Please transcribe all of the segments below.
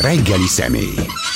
Reggeli személy.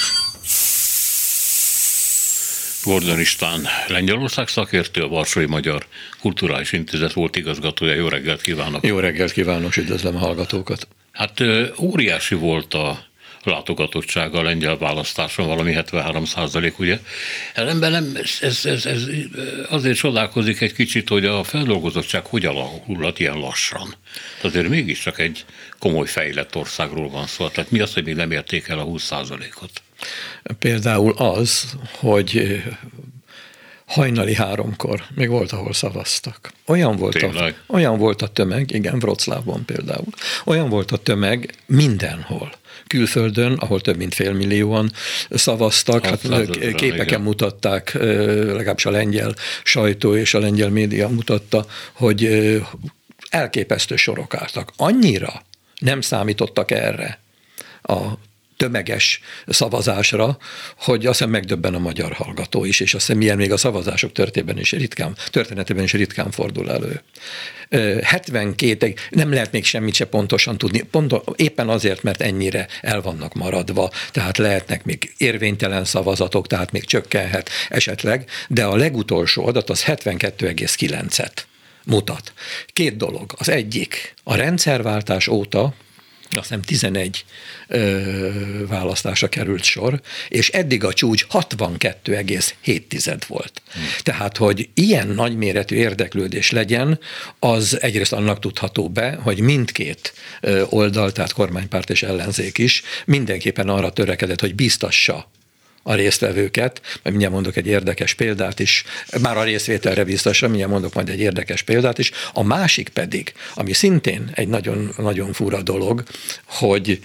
Gordon István, Lengyelország szakértő, a Varsói Magyar Kulturális Intézet volt igazgatója. Jó reggelt kívánok! Jó reggelt kívánok, üdvözlöm a hallgatókat! Hát óriási volt a látogatottsága a lengyel választáson, valami 73%, ugye? Ellenben nem, ez azért csodálkozik egy kicsit, hogy a feldolgozottság hogy alakulhat ilyen lassan. Azért mégiscsak egy komoly fejlett országról van szó. Tehát mi az, hogy még nem érték el a 20%-ot? Például az, hogy hajnali 3-kor még volt, ahol szavaztak. Olyan volt a tömeg, igen, Wroclawban például, olyan volt a tömeg mindenhol. Külföldön, ahol több mint 500 000 szavaztak, képeken mutatták, legalábbis a lengyel sajtó és a lengyel média mutatta, hogy elképesztő sorok álltak. Annyira nem számítottak erre a tömeges szavazásra, hogy azt hiszem megdöbben a magyar hallgató is, és azt hiszem ilyen még a szavazások történetében is ritkán fordul elő. 72, nem lehet még semmit se pontosan tudni, éppen azért, mert ennyire el vannak maradva, tehát lehetnek még érvénytelen szavazatok, tehát még csökkenhet esetleg, de a legutolsó adat az 72,9-et mutat. 2 dolog. Az egyik, a rendszerváltás óta azt hiszem 11 választásra került sor, és eddig a csúcs 62,7 volt. Tehát, hogy ilyen nagyméretű érdeklődés legyen, az egyrészt annak tudható be, hogy mindkét oldal, tehát kormánypárt és ellenzék is mindenképpen arra törekedett, hogy biztassa a résztvevőket, mert mindjárt mondok egy érdekes példát is, már a részvételre biztosan, mindjárt mondok majd egy érdekes példát is. A másik pedig, ami szintén egy nagyon, nagyon fura dolog, hogy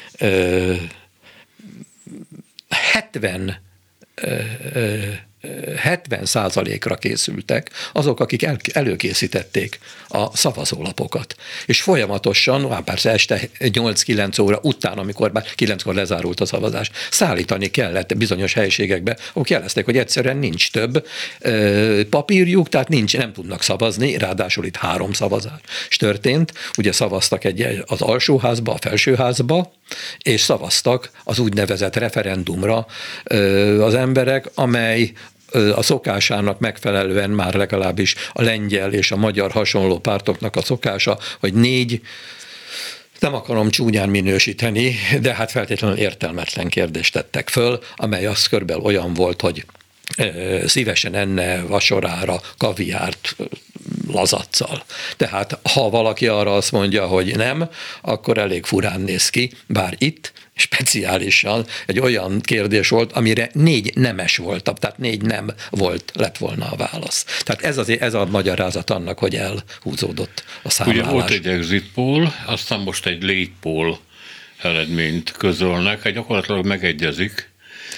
70%-ra készültek azok, akik előkészítették a szavazólapokat. És folyamatosan, persze este 8-9 óra után, amikor már 9-kor lezárult a szavazás, szállítani kellett bizonyos helyiségekbe, ahol jelezték, hogy egyszerűen nincs több papírjuk, tehát nem tudnak szavazni, ráadásul itt 3 szavazás történt. Ugye szavaztak az alsóházba, a felsőházba, és szavaztak az úgynevezett referendumra az emberek, amely a szokásának megfelelően már legalábbis a lengyel és a magyar hasonló pártoknak a szokása, hogy 4, nem akarom csúnyán minősíteni, de hát feltétlenül értelmetlen kérdést tettek föl, amely az körülbelül olyan volt, hogy szívesen enne vacsorára kaviárt lazaccal. Tehát ha valaki arra azt mondja, hogy nem, akkor elég furán néz ki, bár itt speciálisan egy olyan kérdés volt, amire 4 nemes voltak, tehát 4 nem lett volna a válasz. Tehát ez a magyarázat annak, hogy elhúzódott a számlálás. Ugye volt egy exit poll, aztán most egy late poll eredményt közölnek, gyakorlatilag megegyezik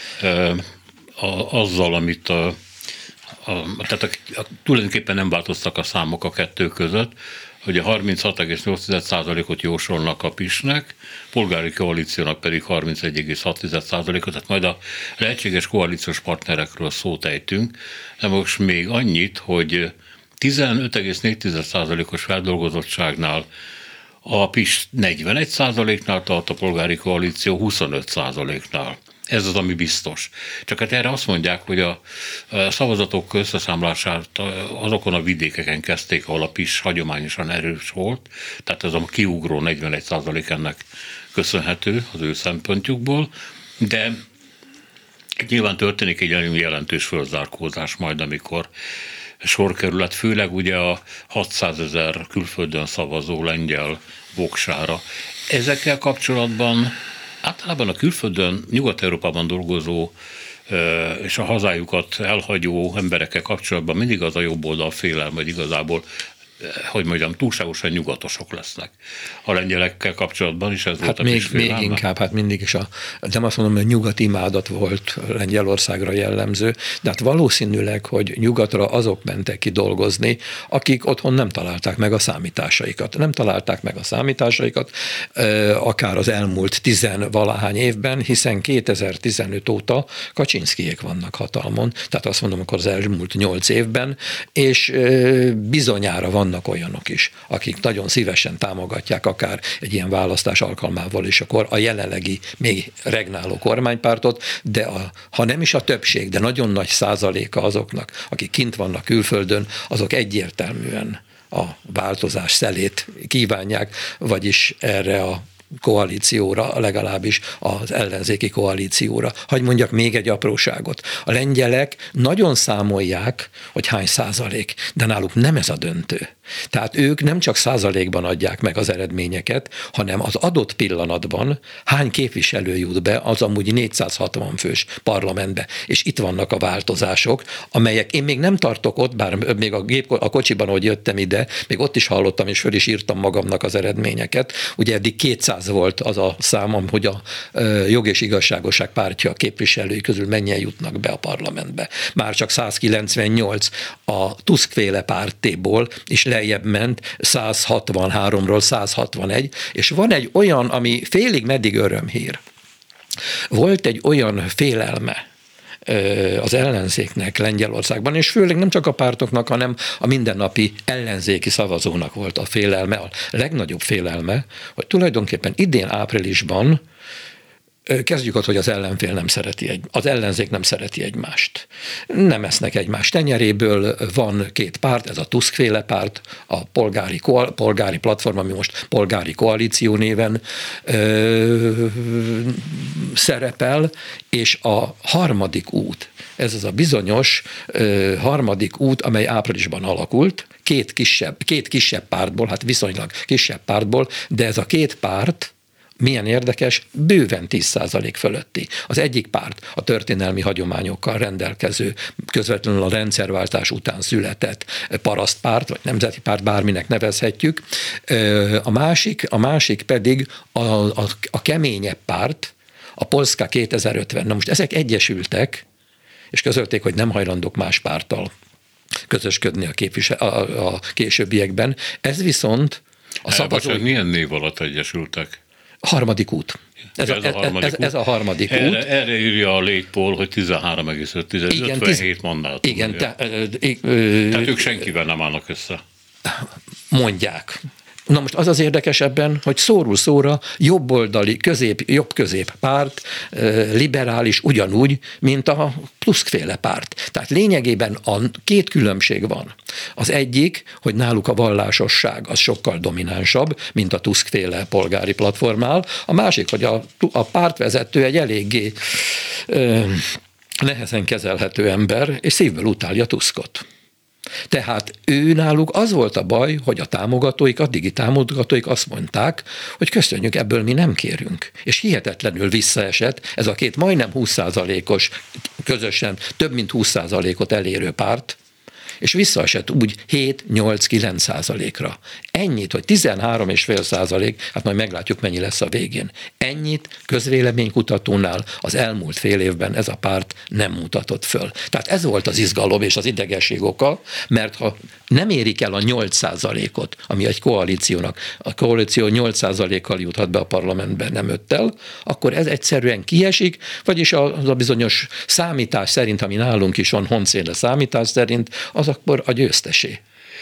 azzal, amit tulajdonképpen nem változtak a számok a kettő között, hogy a 36,8%-ot jósolnak a PIS-nek, polgári koalíciónak pedig 31,6%-ot, tehát majd a lehetséges koalíciós partnerekről szót ejtünk, de most még annyit, hogy 15,4%-os feldolgozottságnál a PIS 41%-nál tart, a polgári koalíció 25%-nál. Ez az, ami biztos. Csak hát erre azt mondják, hogy a szavazatok összeszámlását azokon a vidékeken kezdték, ahol a PIS hagyományosan erős volt, tehát ez a kiugró 41% ennek köszönhető az ő szempontjukból, de nyilván történik egy jelentős fölzárkózás majd, amikor sor kerül, főleg ugye a 600 000 külföldön szavazó lengyel voksára. Ezekkel kapcsolatban általában a külföldön, Nyugat-Európában dolgozó és a hazájukat elhagyó emberekkel kapcsolatban mindig az a jobb oldal félelme, hogy igazából, hogy mondjam, túlságosan nyugatosok lesznek. A lengyelekkel kapcsolatban is ez volt a kis félelme. Még inkább, hát mindig is nem azt mondom, hogy nyugati imádat volt Lengyelországra jellemző, de hát valószínűleg, hogy nyugatra azok mentek ki dolgozni, akik otthon nem találták meg a számításaikat. Akár az elmúlt 10-valahány évben, hiszen 2015 óta Kaczynszkijék vannak hatalmon, tehát azt mondom, akkor az elmúlt 8 évben, és bizonyára van vannak olyanok is, akik nagyon szívesen támogatják akár egy ilyen választás alkalmával is akkor a jelenlegi még regnáló kormánypártot, de ha nem is a többség, de nagyon nagy százaléka azoknak, akik kint vannak külföldön, azok egyértelműen a változás szelét kívánják, vagyis erre a koalícióra, legalábbis az ellenzéki koalícióra. Hagy mondjak még egy apróságot. A lengyelek nagyon számolják, hogy hány százalék, de náluk nem ez a döntő. Tehát ők nem csak százalékban adják meg az eredményeket, hanem az adott pillanatban hány képviselő jut be az amúgy 460 fős parlamentbe. És itt vannak a változások, amelyek én még nem tartok ott, bár még a kocsiban, ahogy jöttem ide, még ott is hallottam, és föl is írtam magamnak az eredményeket. Ugye eddig 200 volt az a számom, hogy a Jog és Igazságosság pártja képviselői közül mennyien jutnak be a parlamentbe. Már csak 198 a Tusk-féle pártéból, és lejjebb ment 163-ról 161, és van egy olyan, ami félig meddig örömhír. Volt egy olyan félelme az ellenzéknek Lengyelországban, és főleg nem csak a pártoknak, hanem a mindennapi ellenzéki szavazónak volt a félelme, a legnagyobb félelme, hogy tulajdonképpen idén áprilisban kezdjük ott, hogy az ellenzék nem szereti egymást. Nem esznek egymás tenyeréből, van két párt, ez a Tusk-féle párt, a polgári platform, ami most polgári koalíció néven szerepel, és a harmadik út, ez az a bizonyos harmadik út, amely áprilisban alakult, két kisebb pártból, hát viszonylag kisebb pártból, de ez a két párt, milyen érdekes, bőven 10% fölötti. Az egyik párt a történelmi hagyományokkal rendelkező, közvetlenül a rendszerváltás után született parasztpárt, vagy nemzeti párt, bárminek nevezhetjük. A másik pedig a keményebb párt, a Polska 2050. Na most ezek egyesültek, és közölték, hogy nem hajlandók más párttal közösködni a későbbiekben. Ez viszont a szavazók... Milyen név alatt egyesültek? Harmadik út. Ez a harmadik út. Erre írja a Létpol, hogy 13,5, 57 mandátum. Igen. Tehát ők senkivel nem állnak össze. Mondják. Na most az érdekes ebben, hogy szóról szóra jobboldali, jobb-közép párt, liberális ugyanúgy, mint a Tusk-féle párt. Tehát lényegében két különbség van. Az egyik, hogy náluk a vallásosság az sokkal dominánsabb, mint a Tusk-féle polgári platformál. A másik, hogy a pártvezető egy eléggé nehezen kezelhető ember, és szívből utálja Tuskot. Tehát náluk az volt a baj, hogy addigi támogatóik azt mondták, hogy köszönjük, ebből mi nem kérünk. És hihetetlenül visszaesett ez a két majdnem 20%-os, közösen több mint 20%-ot elérő párt, és visszaesett úgy 7-8-9%-ra. Ennyit, hogy 13,5%, hát majd meglátjuk, mennyi lesz a végén. Ennyit közvéleménykutatónál az elmúlt fél évben ez a párt nem mutatott föl. Tehát ez volt az izgalom és az idegesség oka, mert ha nem érik el a 8%-ot, ami egy koalíciónak, a koalíció 8%-kal juthat be a parlamentben, nem 5-tel, akkor ez egyszerűen kiesik, vagyis az a bizonyos számítás szerint, ami nálunk is van, honszéle számítás szerint, az akkor a győztesé.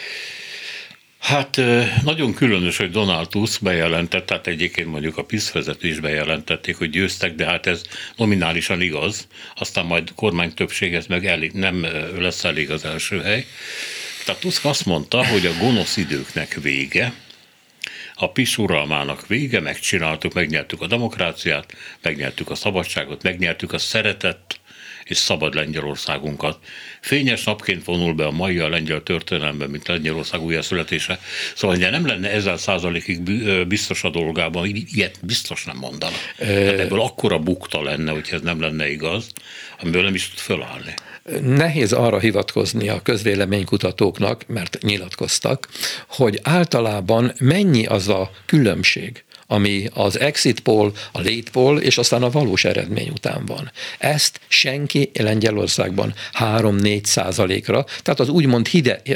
Hát nagyon különös, hogy Donald Tusk bejelentett, tehát egyébként mondjuk a PiS vezető is bejelentették, hogy győztek, de hát ez nominálisan igaz, aztán majd kormánytöbbséghez meg nem lesz elég az első hely. Tehát Tusk azt mondta, hogy a gonosz időknek vége, a PiS uralmának vége, megnyertük a demokráciát, megnyertük a szabadságot, megnyertük a szeretett és szabad Lengyelországunkat. Fényes napként vonul be a mai a lengyel történelemben, mint Lengyelország újjászületése. Szóval nem lenne 1000%-ig biztos a dolgában, ilyet biztos nem mondana. Hát ebből akkora bukta lenne, hogy ez nem lenne igaz, amiből nem is tud fölállni. Nehéz arra hivatkozni a közvéleménykutatóknak, mert nyilatkoztak, hogy általában mennyi az a különbség, ami az exit poll, a late poll, és aztán a valós eredmény után van. Ezt senki Lengyelországban 3-4%-ra, tehát az úgymond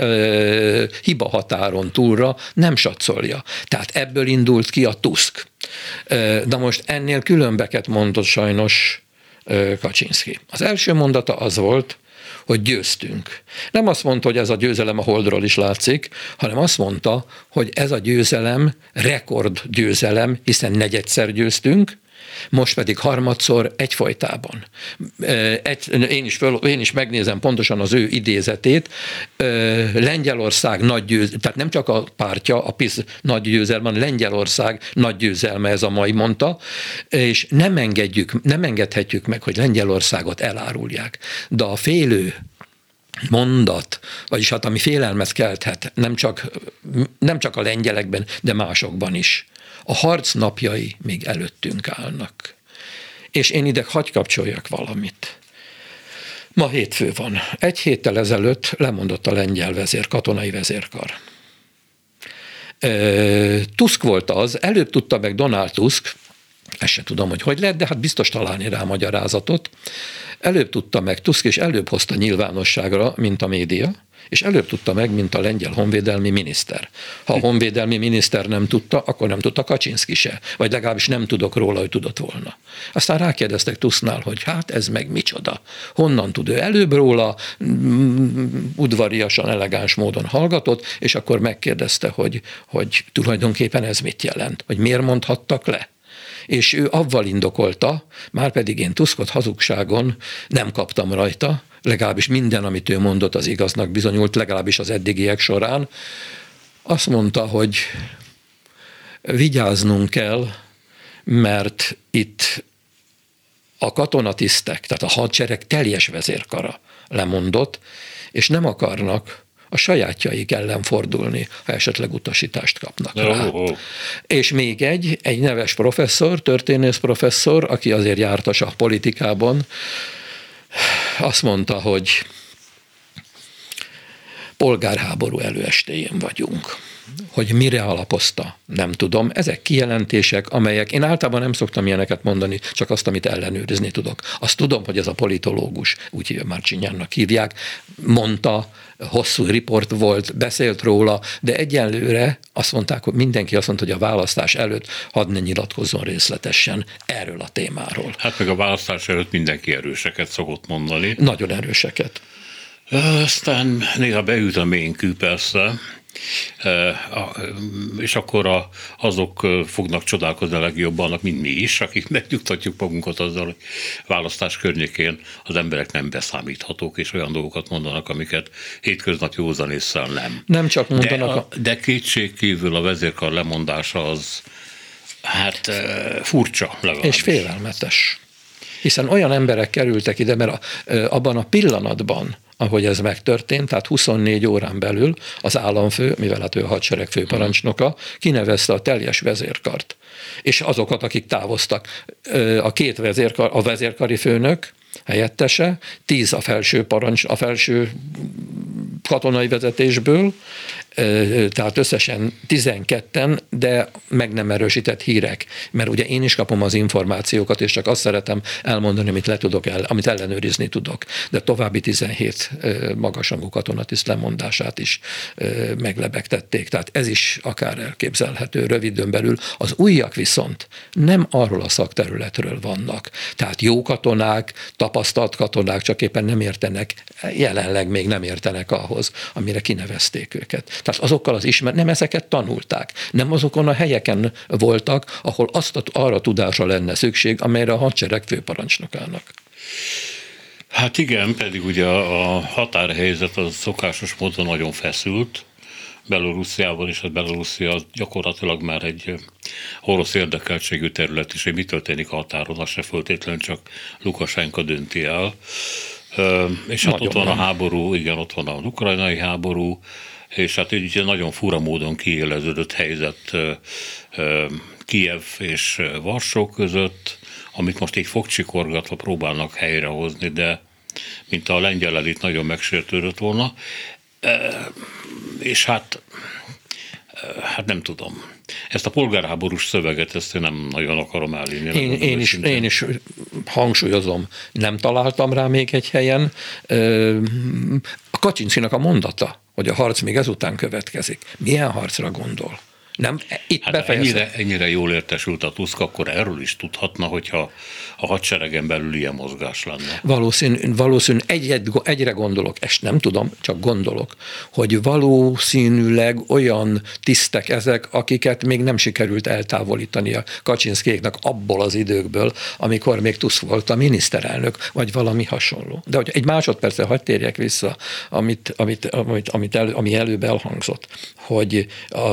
hiba határon túlra nem satszolja. Tehát ebből indult ki a Tusk. De most ennél különbeket mondott sajnos Kaczynszki. Az első mondata az volt, hogy győztünk. Nem azt mondta, hogy ez a győzelem a Holdról is látszik, hanem azt mondta, hogy ez a győzelem rekordgyőzelem, hiszen negyedszer győztünk, most pedig harmadszor egyfolytában. Én is megnézem pontosan az ő idézetét. Lengyelország nagy győzelme, tehát nem csak a pártja, a PiS nagy győzelme, Lengyelország nagy győzelme, ez a mai mondta, és nem engedhetjük meg, hogy Lengyelországot elárulják. De a félő mondat, vagyis hát ami félelmet kelthet, nem csak a lengyelekben, de másokban is. A harc napjai még előttünk állnak. És én ide hagy kapcsoljak valamit. Ma hétfő van. Egy héttel ezelőtt lemondott a lengyel katonai vezérkar. Tusk volt az, előbb tudta meg Donald Tusk, ezt se tudom, hogy lett, de hát biztos találni rá magyarázatot. Előbb tudta meg Tusk, és előbb hozta nyilvánosságra, mint a média, és előbb tudta meg, mint a lengyel honvédelmi miniszter. Ha a honvédelmi miniszter nem tudta, akkor nem tudta Kaczynszki se, vagy legalábbis nem tudok róla, hogy tudott volna. Aztán rákérdeztek Tusknál, hogy hát ez meg micsoda. Honnan tud ő előbb róla, udvariasan, elegáns módon hallgatott, és akkor megkérdezte, hogy tulajdonképpen ez mit jelent, hogy miért mondhattak le. És ő avval indokolta, márpedig én Tuskot hazugságon nem kaptam rajta, legalábbis minden, amit ő mondott, az igaznak bizonyult, legalábbis az eddigiek során. Azt mondta, hogy vigyáznunk kell, mert itt a katonatisztek, tehát a hadsereg teljes vezérkara lemondott, és nem akarnak a sajátjaik ellen fordulni, ha esetleg utasítást kapnak rá. És még egy neves professzor, történész professzor, aki azért jártas a politikában, azt mondta, hogy polgárháború előestéjén vagyunk. Hogy mire alapozta, nem tudom. Ezek kijelentések, amelyek, én általában nem szoktam ilyeneket mondani, csak azt, amit ellenőrizni tudok. Azt tudom, hogy ez a politológus, úgyhogy Marcsinyánnak hívják, mondta, hosszú riport volt, beszélt róla, de egyenlőre azt mondták, hogy mindenki azt mondta, hogy a választás előtt hadd ne nyilatkozzon részletesen erről a témáról. Hát meg a választás előtt mindenki erőseket szokott mondani. Nagyon erőseket. Aztán néha beüt a ménkű persze, és akkor azok fognak csodálkozni a legjobban, mint mi is, akik megnyugtatjuk magunkat azzal, hogy választás környékén az emberek nem beszámíthatók, és olyan dolgokat mondanak, amiket hétköznapi józanésszel nem. Nem csak mondanak. De kétségkívül a vezérkar lemondása az hát furcsa legalábbis. És félelmetes. Hiszen olyan emberek kerültek ide, mert abban a pillanatban, ahogy ez megtörtént, tehát 24 órán belül az államfő, mivel hát ő a hadsereg főparancsnoka, kinevezte a teljes vezérkart. És azokat, akik távoztak, a két a vezérkari főnök helyettese, 10 a felső katonai vezetésből, tehát összesen 12-en, de meg nem erősített hírek, mert ugye én is kapom az információkat, és csak azt szeretem elmondani, amit ellenőrizni tudok, de további 17 magasrangú katonatiszt lemondását is meglebegtették, tehát ez is akár elképzelhető rövidön belül. Az újak viszont nem arról a szakterületről vannak, tehát jó katonák, tapasztalt katonák, csak éppen nem értenek, jelenleg még nem értenek ahhoz, amire kinevezték őket. Tehát azokkal nem ezeket tanulták, nem azokon a helyeken voltak, ahol arra tudásra lenne szükség, amelyre a hadsereg főparancsnokának. Hát igen, pedig ugye a határhelyzet az szokásos módon nagyon feszült Belorussziában, és a Belorusszia gyakorlatilag már egy orosz érdekeltségű terület is, hogy mi történik a határon, az se föltétlenül csak Lukasenka dönti el. És hát ott van a háború, igen, ott van az ukrajnai háború, és hát így nagyon fura módon kiéleződött helyzet Kijev és Varsó között, amit most így fogcsikorgatva próbálnak helyrehozni, de mint a lengyel elit nagyon megsértődött volna. És hát nem tudom. Ezt a polgárháborús szöveget, ezt én nem nagyon akarom elvinni. Én is hangsúlyozom, nem találtam rá még egy helyen. A Kaczynszkinak a mondata, hogy a harc még ezután következik. Milyen harcra gondol? Nem, itt hát ennyire jól értesült a Tusk, akkor erről is tudhatna, hogyha a hadseregen belül ilyen mozgás lenne. Valószínű egyre gondolok, ezt nem tudom, csak gondolok, hogy valószínűleg olyan tisztek ezek, akiket még nem sikerült eltávolítani a Kaczynszkijéknak abból az időkből, amikor még Tusk volt a miniszterelnök, vagy valami hasonló. De hogy egy másodpercre hadd térjek vissza, ami előbb elhangzott, hogy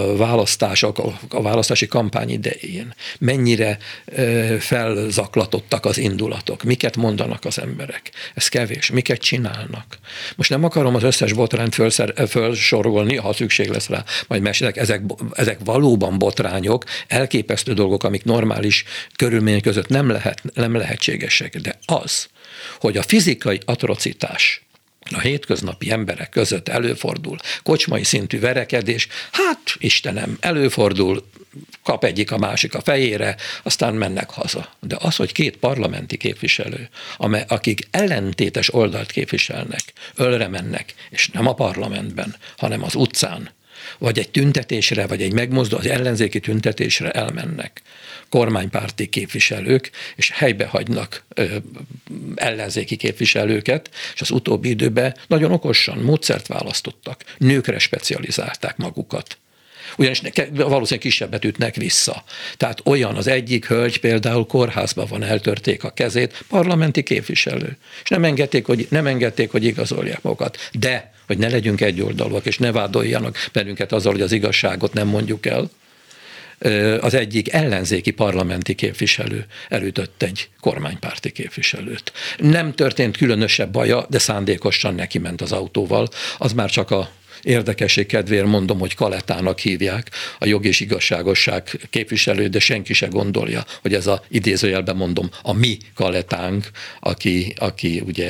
a választási kampány idején mennyire felzaklatottak az indulatok, miket mondanak az emberek. Ez kevés, miket csinálnak. Most nem akarom az összes botrányt felsorolni, ha szükség lesz rá, majd mesélek, ezek valóban botrányok, elképesztő dolgok, amik normális körülmények között nem lehetségesek, de az, hogy a fizikai atrocitás a hétköznapi emberek között előfordul, kocsmai szintű verekedés, hát Istenem, előfordul, kap egyik a másik a fejére, aztán mennek haza. De az, hogy két parlamenti képviselő, akik ellentétes oldalt képviselnek, ölre mennek, és nem a parlamentben, hanem az utcán, vagy egy tüntetésre, vagy egy megmozduló, az ellenzéki tüntetésre elmennek kormánypárti képviselők, és helybe hagynak ellenzéki képviselőket, és az utóbbi időben nagyon okosan módszert választottak. Nőkre specializálták magukat. Ugyanis valószínűleg kisebbet ütnek vissza. Tehát olyan az egyik hölgy például kórházban van, eltörték a kezét, parlamenti képviselő. És nem engedték, hogy igazolják magukat. De, hogy ne legyünk egyoldalúak, és ne vádoljanak bennünket azzal, hogy az igazságot nem mondjuk el, az egyik ellenzéki parlamenti képviselő elütött egy kormánypárti képviselőt. Nem történt különösebb baja, de szándékosan neki ment az autóval. Az már csak a érdekesség kedvéért mondom, hogy Kalettának hívják, a jog és igazságosság képviselő, de senki se gondolja, hogy ez a idézőjelben mondom, a mi Kalettánk, aki ugye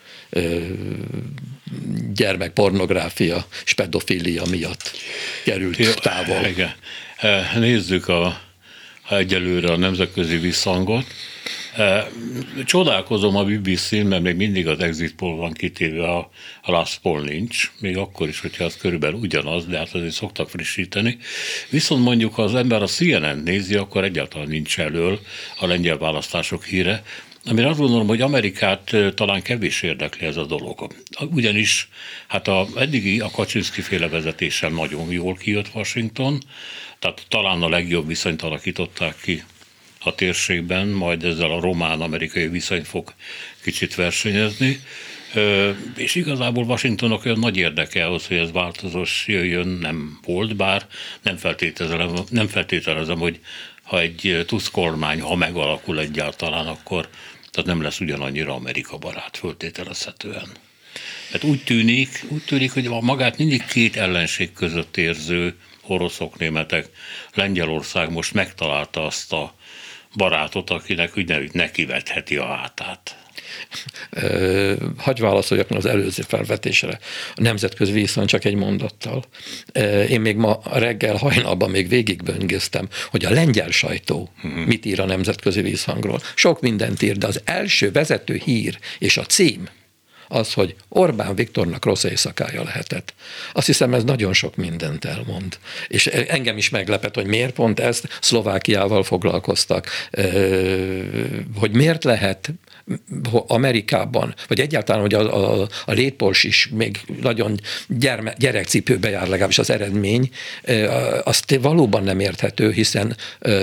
gyermekpornográfia és pedofília miatt került távol. Igen. Nézzük egyelőre a nemzetközi visszhangot. Csodálkozom a BBC-n, mert még mindig az exit poll van kitéve, a last poll nincs, még akkor is, hogyha az körülbelül ugyanaz, de hát azért szoktak frissíteni. Viszont mondjuk, ha az ember a CNN-t nézi, akkor egyáltalán nincs elől a lengyel választások híre, amire azt gondolom, hogy Amerikát talán kevés érdekli ez a dolog. Ugyanis hát eddigi a Kaczynszki-féle vezetéssel nagyon jól kijött Washington, tehát talán a legjobb viszonyt alakították ki a térségben, majd ezzel a román-amerikai viszony fog kicsit versenyezni, és igazából Washingtonnak olyan nagy érdeke ahhoz, hogy ez változós jöjjön, nem volt, bár nem feltételezem, hogy ha egy Tusk kormány, ha megalakul egyáltalán, akkor tehát nem lesz ugyanannyira Amerika barát föltételezhetően. Mert úgy tűnik, hogy magát mindig két ellenség között érző oroszok, németek, Lengyelország most megtalálta azt a barátot, akinek úgy nekivetheti a hátát. Hagy válaszoljak az előző felvetésre. A nemzetközi viszony csak egy mondattal. Én még ma reggel hajnalban még végigböngésztem, hogy a lengyel sajtó mit ír a nemzetközi vízhangról. Sok mindent ír, de az első vezető hír és a cím az, hogy Orbán Viktornak rossz éjszakája lehetett. Azt hiszem, ez nagyon sok mindent elmond. És engem is meglepett, hogy miért pont ezt Szlovákiával foglalkoztak, hogy miért lehet Amerikában, vagy egyáltalán, hogy a létpors is még nagyon gyerekcipőbe jár, legalábbis az eredmény, azt valóban nem érthető, hiszen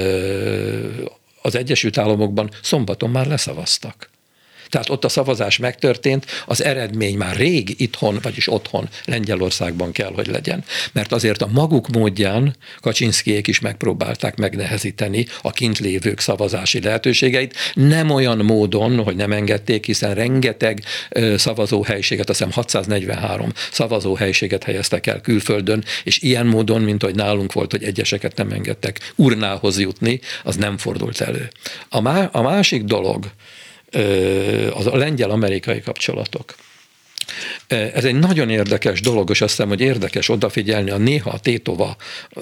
az Egyesült Államokban szombaton már leszavaztak. Tehát ott a szavazás megtörtént, az eredmény már rég itthon, vagyis otthon, Lengyelországban kell, hogy legyen. Mert azért a maguk módján Kaczynszkijék is megpróbálták megnehezíteni a kint lévők szavazási lehetőségeit, nem olyan módon, hogy nem engedték, hiszen rengeteg szavazóhelyiséget, azt hiszem 643 szavazóhelyiséget helyeztek el külföldön, és ilyen módon, mint hogy nálunk volt, hogy egyeseket nem engedtek urnához jutni, az nem fordult elő. A másik dolog, az a lengyel-amerikai kapcsolatok. Ez egy nagyon érdekes dolog, és azt hiszem, hogy érdekes odafigyelni a néha tétova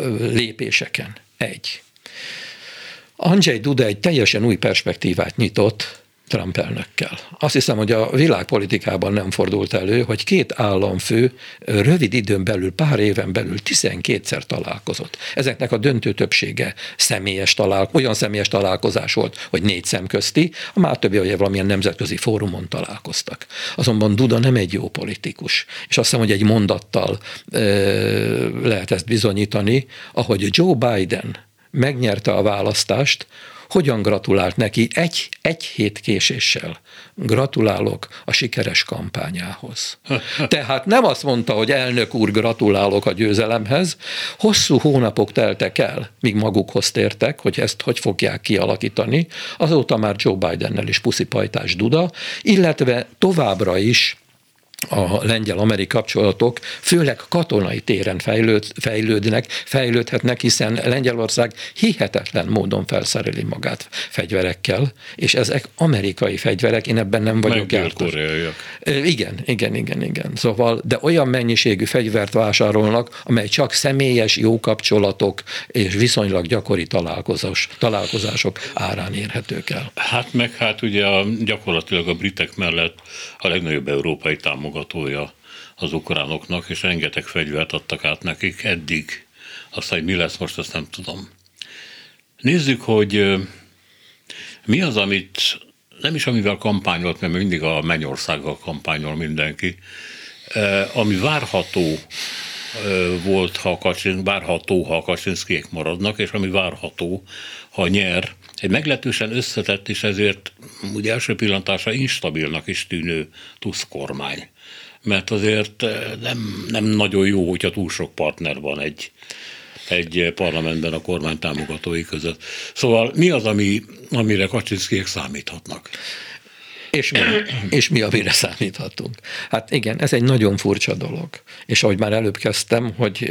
lépéseken. Andrzej Duda egy teljesen új perspektívát nyitott, Trump elnökkel. Azt hiszem, hogy a világpolitikában nem fordult elő, hogy két államfő rövid időn belül, pár éven belül 12-szer találkozott. Ezeknek a döntő többsége olyan személyes találkozás volt, hogy 4 szemközti, a már többi, hogy valamilyen nemzetközi fórumon találkoztak. Azonban Duda nem egy jó politikus. És azt hiszem, hogy egy mondattal lehet ezt bizonyítani, ahogy Joe Biden megnyerte a választást, hogyan gratulált neki egy hét késéssel. Gratulálok a sikeres kampányához. Tehát nem azt mondta, hogy elnök úr, gratulálok a győzelemhez, hosszú hónapok teltek el, míg magukhoz tértek, hogy ezt hogy fogják kialakítani. Azóta már Joe Bidennel is puszipajtás Duda, illetve továbbra is a lengyel-amerikai kapcsolatok főleg katonai téren fejlődhetnek, hiszen Lengyelország hihetetlen módon felszereli magát fegyverekkel, és ezek amerikai fegyverek, én ebben nem vagyok jártas. Igen. Szóval, de olyan mennyiségű fegyvert vásárolnak, amely csak személyes jó kapcsolatok és viszonylag gyakori találkozások árán érhetők el. Hát ugye gyakorlatilag a britek mellett a legnagyobb európai támogatója az ukránoknak, és rengeteg fegyvert adtak át nekik eddig. Aztán, hogy mi lesz most, azt nem tudom. Nézzük, hogy mi az, amit nem is amivel kampányolt, mert mindig a Mennyországgal kampányol mindenki, ami várható volt, ha Kaczynszkijék maradnak, és ami várható, ha nyer, egy meglehetősen összetett, és ezért ugye első pillantásra instabilnak is tűnő Tusk kormány. Mert azért nem nagyon jó, hogyha túl sok partner van egy parlamentben a kormány támogatói között. Szóval mi az, amire Kaczynszkijék számíthatnak? És mi, amire számíthatunk? Hát igen, ez egy nagyon furcsa dolog. És ahogy már előbb kezdtem, hogy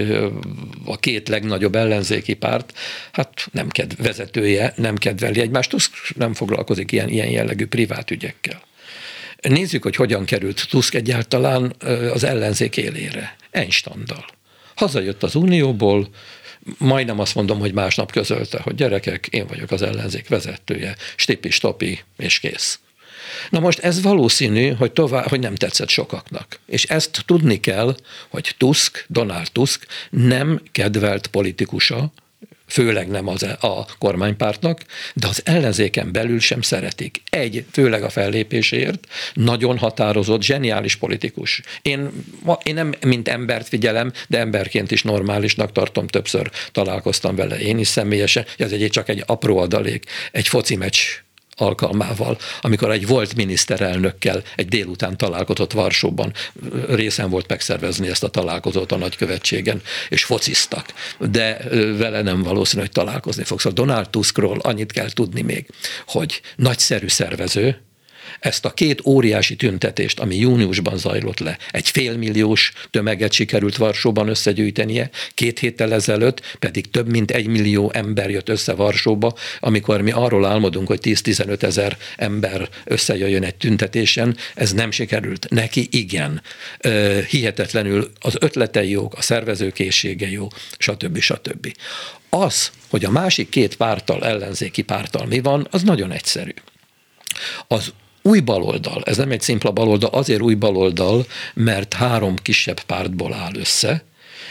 a két legnagyobb ellenzéki párt, hát vezetője nem kedveli egymást, Tusk nem foglalkozik ilyen jellegű privát ügyekkel. Nézzük, hogy hogyan került Tusk egyáltalán az ellenzék élére. Einsteindal. Hazajött az Unióból, majdnem azt mondom, hogy másnap közölte, hogy gyerekek, én vagyok az ellenzék vezetője, stipi-stopi, és kész. Na most ez valószínű, hogy nem tetszett sokaknak. És ezt tudni kell, hogy Donald Tusk nem kedvelt politikusa, főleg nem a kormánypártnak, de az ellenzéken belül sem szeretik. Főleg a fellépéséért, nagyon határozott, zseniális politikus. Én nem mint embert figyelem, de emberként is normálisnak tartom, többször találkoztam vele én is személyesen, ez csak egy apró adalék, egy foci meccs alkalmával, amikor egy volt miniszterelnökkel egy délután találkozott Varsóban, részen volt megszervezni ezt a találkozót a nagykövetségen, és fociztak. De vele nem valószínű, hogy találkozni fogsz. A Donald Tuskról annyit kell tudni még, hogy nagyszerű szervező, ezt a két óriási tüntetést, ami júniusban zajlott le, egy félmilliós tömeget sikerült Varsóban összegyűjtenie, 2 héttel ezelőtt pedig több mint 1 millió ember jött össze Varsóba, amikor mi arról álmodunk, hogy 10-15 ezer ember összejöjjön egy tüntetésen, ez nem sikerült. Neki igen. Hihetetlenül az ötletei jók, a szervezőkészsége jó, stb. Az, hogy a másik két párttal, ellenzéki párttal mi van, az nagyon egyszerű. Az új baloldal, ez nem egy szimpla baloldal, azért új baloldal, mert 3 kisebb pártból áll össze.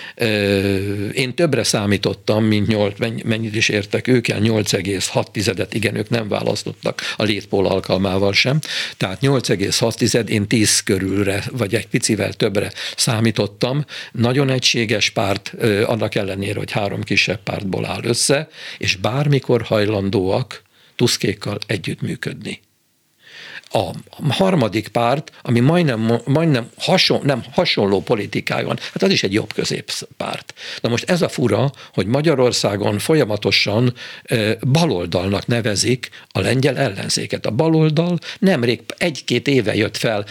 Én többre számítottam, mint 8, mennyit is értek ők el, 8,6, igen, ők nem választottak a létpól alkalmával sem, tehát 8,6, én 10 körülre, vagy egy picivel többre számítottam. Nagyon egységes párt, annak ellenére, hogy 3 kisebb pártból áll össze, és bármikor hajlandóak Tuskékkal együttműködni. A harmadik párt, ami majdnem hasonló politikája van, hát az is egy jobb középpárt. Na most ez a fura, hogy Magyarországon folyamatosan baloldalnak nevezik a lengyel ellenzéket. A baloldal nemrég 1-2 éve jött fel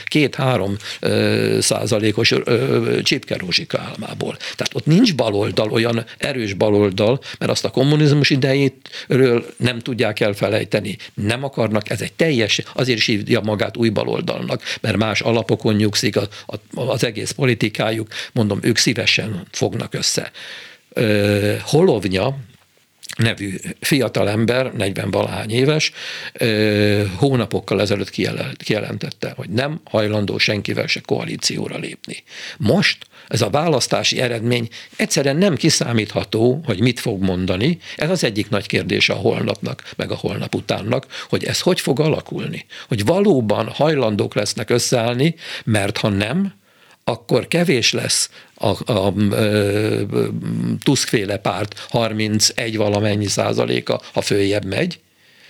2-3% Csipke Rózsika álmából. Tehát ott nincs baloldal, olyan erős baloldal, mert azt a kommunizmus idejéről nem tudják elfelejteni, nem akarnak, ez egy teljes, azért is hívja magát új baloldalnak, mert más alapokon nyugszik az egész politikájuk, mondom, ők szívesen fognak össze. Holovnya, nevű fiatalember, 40-valahány éves, hónapokkal ezelőtt kijelentette, hogy nem hajlandó senkivel se koalícióra lépni. Most ez a választási eredmény egyszerűen nem kiszámítható, hogy mit fog mondani. Ez az egyik nagy kérdése a holnapnak, meg a holnap utánnak, hogy ez hogy fog alakulni. Hogy valóban hajlandók lesznek összeállni, mert ha nem, akkor kevés lesz a Tusk-féle párt 31 valamennyi százaléka, ha följebb megy,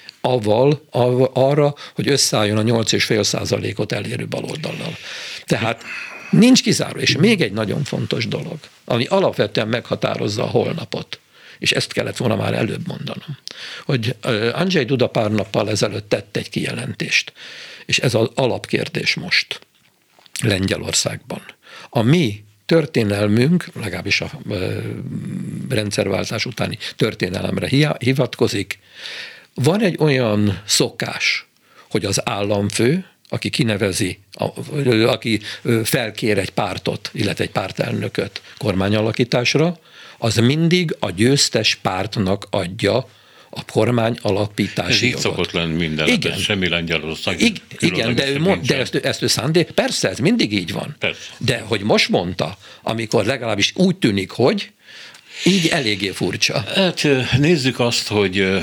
arra, hogy összeálljon a 8,5% elérő baloldallal. Tehát nincs kizáró. És még egy nagyon fontos dolog, ami alapvetően meghatározza a holnapot, és ezt kellett volna már előbb mondanom, hogy Andrzej Duda pár nappal ezelőtt tett egy kijelentést, és ez az alapkérdés most Lengyelországban. A mi történelmünk, legalábbis a rendszerváltás utáni történelemre hivatkozik, van egy olyan szokás, hogy az államfő, aki kinevezi, aki felkér egy pártot, illetve egy pártelnököt kormányalakításra, az mindig a győztes pártnak adja a kormány alapítási jogot. Ez így szokott lenni mindenben, semmi Lengyelország. Igen, de ezt ő szándék, persze, ez mindig így van. Persze. De hogy most mondta, amikor legalábbis úgy tűnik, hogy így eléggé furcsa. Hát nézzük azt, hogy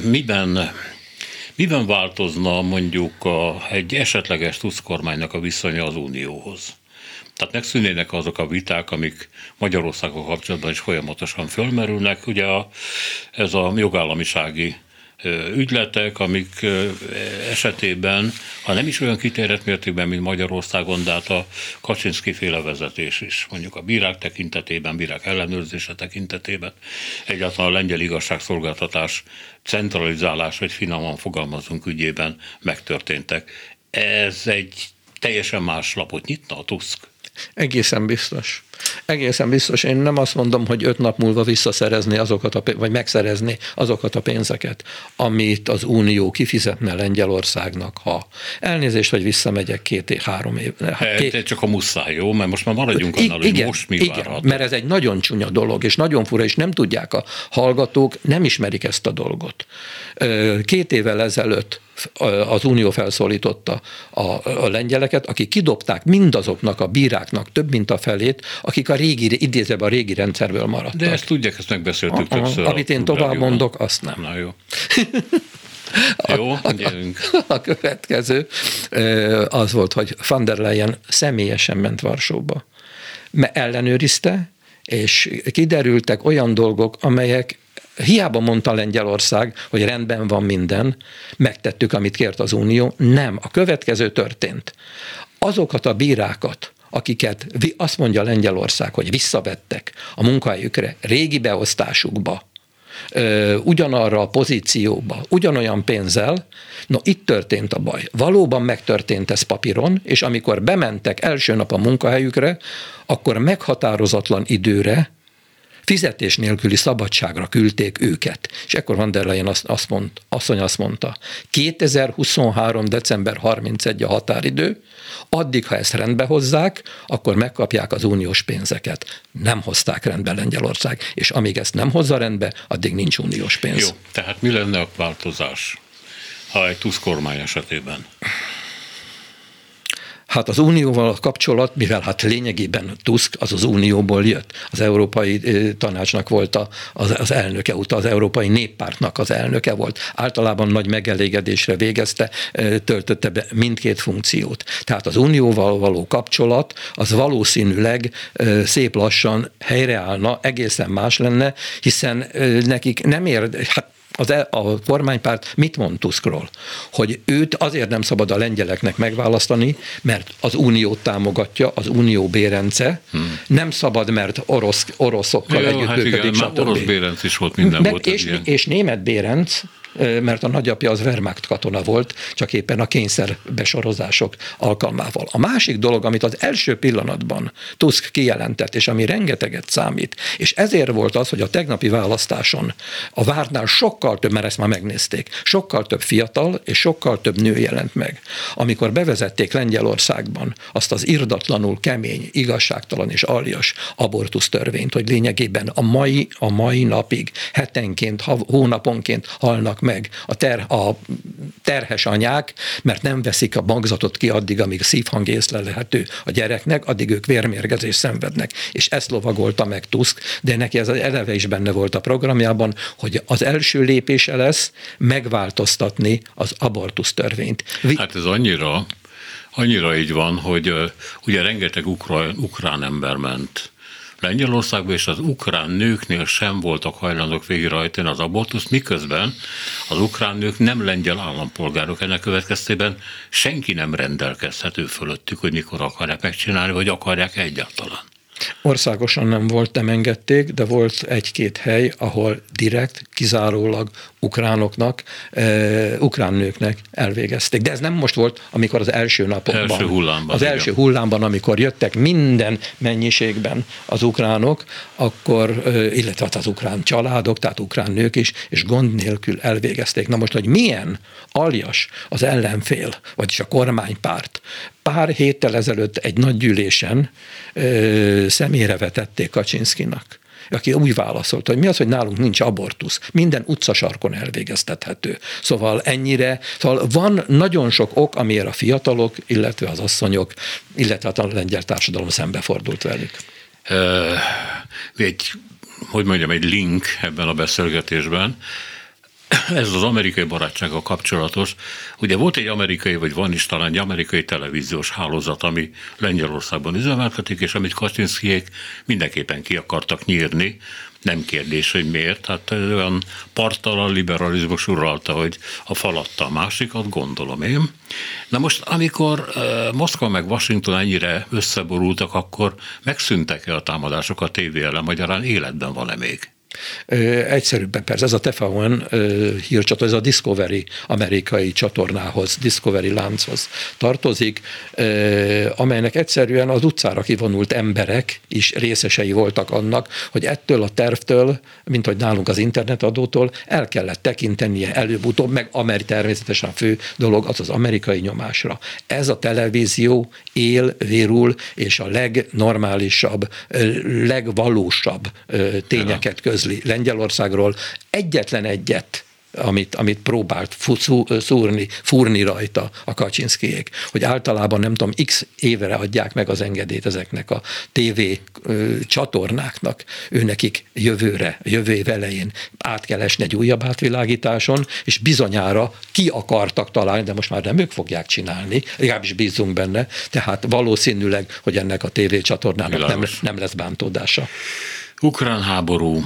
miben változna mondjuk egy esetleges Tusk kormánynak a viszonya az Unióhoz. Tehát megszűnnének azok a viták, amik Magyarországgal kapcsolatban is folyamatosan fölmerülnek. Ugye ez a jogállamisági ügyletek, amik esetében, ha nem is olyan kitérett mértékben, mint Magyarországon, de hát a Kaczynszki-féle vezetés is, mondjuk a bírák tekintetében, bírák ellenőrzése tekintetében, egyáltalán a lengyel igazságszolgáltatás centralizálás, vagy finoman fogalmazunk ügyében megtörténtek. Ez egy teljesen más lapot nyitna a Tusk? Egészen biztos. Egészen biztos. Én nem azt mondom, hogy 5 nap múlva visszaszerezni vagy megszerezni azokat a pénzeket, amit az Unió kifizetne Lengyelországnak, ha elnézést, hogy visszamegyek 2-3 év. Csak a muszáj, jó? Mert most már maradjunk annál, hogy most mi várható. Mert ez egy nagyon csúnya dolog, és nagyon fura, és nem tudják a hallgatók, nem ismerik ezt a dolgot. 2 évvel ezelőtt az Unió felszólította a lengyeleket, akik kidobták mindazoknak a bíráknak több mint a felét, akik a régi rendszerből maradtak. De ezt tudják, ezt megbeszéltük többször. Amit én tovább mondok, azt nem. Na jó. Jó, gyerünk. A következő az volt, hogy van der Leyen személyesen ment Varsóba. Ellenőrizte, és kiderültek olyan dolgok, amelyek hiába mondta Lengyelország, hogy rendben van minden, megtettük, amit kért az Unió. Nem, a következő történt. Azokat a bírákat, akiket azt mondja Lengyelország, hogy visszavettek a munkahelyükre, régi beosztásukba, ugyanarra a pozícióba, ugyanolyan pénzzel, itt történt a baj. Valóban megtörtént ez papíron, és amikor bementek első nap a munkahelyükre, akkor meghatározatlan időre fizetés nélküli szabadságra küldték őket. És ekkor van der Leyen azt mondta, 2023. december 31 a határidő, addig, ha ezt rendbe hozzák, akkor megkapják az uniós pénzeket. Nem hozták rendbe Lengyelország, és amíg ezt nem hozza rendbe, addig nincs uniós pénz. Jó, tehát mi lenne a változás, ha egy Tusk kormány esetében? Hát az unióval a kapcsolat, mivel hát lényegében Tusk az Unióból jött, az Európai Tanácsnak volt az elnöke, az Európai Néppártnak az elnöke volt, általában nagy megelégedésre végezte, töltötte be mindkét funkciót. Tehát az unióval való kapcsolat az valószínűleg szép lassan helyreállna, egészen más lenne, hiszen nekik nem a kormánypárt mit mond Tuskról? Hogy őt azért nem szabad a lengyeleknek megválasztani, mert az uniót támogatja, az unió bérence, nem szabad, mert oroszokkal együtt működik, stb. Orosz bérenc is volt, minden volt. És német bérenc, mert a nagyapja az Wehrmacht katona volt, csak éppen a kényszerbesorozások alkalmával. A másik dolog, amit az első pillanatban Tusk kijelentett, és ami rengeteget számít, és ezért volt az, hogy a tegnapi választáson a vártnál sokkal sokkal több, mert ezt már megnézték, sokkal több fiatal és sokkal több nő jelent meg. Amikor bevezették Lengyelországban azt az irdatlanul kemény, igazságtalan és aljas abortusz törvényt, hogy lényegében a mai napig hetenként, hónaponként halnak meg a terhes anyák, mert nem veszik a magzatot ki addig, amíg szívhang észlelhető a gyereknek, addig ők vérmérgezést szenvednek. És ezt lovagolta meg Tusk, de neki ez eleve is benne volt a programjában, hogy az első lépése lesz megváltoztatni az abortusz törvényt. Hát ez annyira így van, hogy ugye rengeteg ukrán ember ment Lengyelországba, és az ukrán nőknél sem voltak hajlandók végrehajtani az abortuszt, miközben az ukrán nők nem lengyel állampolgárok, ennek következtében senki nem rendelkezhető fölöttük, hogy mikor akarják megcsinálni, vagy akarják egyáltalán. Országosan nem volt, nem engedték, de volt egy-két hely, ahol direkt, kizárólag ukránoknak, ukrán nőknek elvégezték. De ez nem most volt, amikor az első napokban. Első hullámban, amikor jöttek minden mennyiségben az ukránok, akkor, illetve az ukrán családok, tehát ukrán nők is, és gond nélkül elvégezték. Na most, hogy milyen aljas az ellenfél, vagyis a kormánypárt, pár héttel ezelőtt egy nagy gyűlésen személyre vetették Kaczynszkinak, aki úgy válaszolt, hogy mi az, hogy nálunk nincs abortusz, minden utcasarkon elvégeztethető. Szóval van nagyon sok ok, amiért a fiatalok, illetve az asszonyok, illetve a lengyel társadalom szembefordult velük. Egy link ebben a beszélgetésben, ez az amerikai barátsággal kapcsolatos. Ugye volt egy amerikai, vagy van is talán egy amerikai televíziós hálózat, ami Lengyelországban üzemeltetik, és amit Kaczynszkijék mindenképpen ki akartak nyírni. Nem kérdés, hogy miért. Hát olyan parttalan liberalizmus uralta, hogy a falatta a másikat, gondolom én. Na most, amikor Moszkva meg Washington ennyire összeborultak, akkor megszűntek-e a támadások a tévé ellen, magyarán életben van-e még? Egyszerűbben persze, ez a TVN hírcsatorna, ez a Discovery amerikai csatornához, Discovery lánchoz tartozik, amelynek egyszerűen az utcára kivonult emberek is részesei voltak annak, hogy ettől a tervtől, mint hogy nálunk az internetadótól el kellett tekintenie előbb-utóbb, meg természetesen a fő dolog az amerikai nyomásra. Ez a televízió él, vérul, és a legnormálisabb, legvalósabb tényeket közli Lengyelországról. Egyetlen egyet, amit próbált fúrni rajta a Kaczynszkijék, hogy általában nem tudom, x évre adják meg az engedélyt ezeknek a TV csatornáknak, őnekik jövő év elején át kell esni egy újabb átvilágításon, és bizonyára ki akartak találni, de most már nem ők fogják csinálni, legalábbis bízunk benne, tehát valószínűleg, hogy ennek a TV csatornának nem lesz bántódása. Ukrán háború.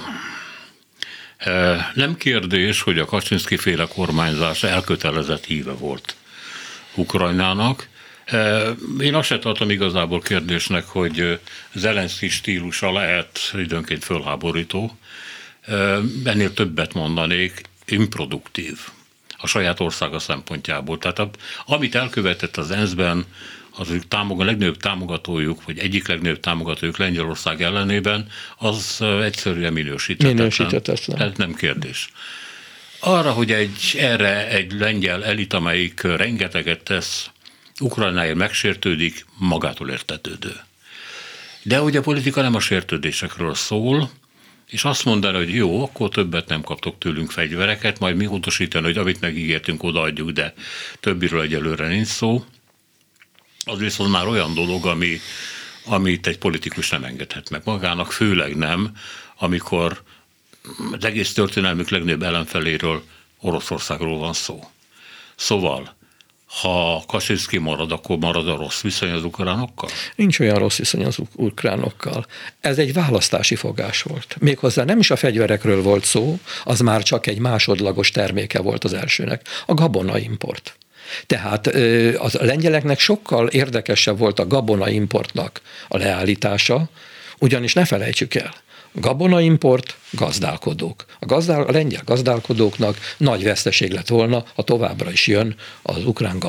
Nem kérdés, hogy a Kaczynszki-féle kormányzás elkötelezett híve volt Ukrajnának. Én azt sem tartom igazából kérdésnek, hogy Zelenszky stílusa lehet időnként fölháborító. Ennél többet mondanék, improduktív a saját országa szempontjából. Tehát amit elkövetett az ENSZ-ben, az legnagyobb támogatójuk, vagy egyik legnagyobb támogatójuk Lengyelország ellenében, az egyszerűen minősíthetetlen. Tehát nem kérdés. Arra, hogy erre egy lengyel elit, amelyik rengeteget tesz, Ukrajnáért megsértődik, magától értetődő. De ugye a politika nem a sértődésekről szól, és azt mondani, hogy jó, akkor többet nem kaptok tőlünk fegyvereket, majd mi utasítani, hogy amit megígértünk, odaadjuk, de többiről egyelőre nincs szó. Az viszont már olyan dolog, amit egy politikus nem engedhet meg magának, főleg nem, amikor az egész történelmük legnagyobb ellenfeléről, Oroszországról van szó. Szóval, ha Kaczynszki marad, akkor marad a rossz viszony az ukránokkal? Nincs olyan rossz viszony az ukránokkal. Ez egy választási fogás volt. Méghozzá nem is a fegyverekről volt szó, az már csak egy másodlagos terméke volt az elsőnek, a gabonaimport. Tehát a lengyeleknek sokkal érdekesebb volt a gabonaimportnak a leállítása, ugyanis ne felejtsük el, gabonaimport, gazdálkodók. A lengyel gazdálkodóknak nagy veszteség lett volna, ha továbbra is jön az ukrán gabona.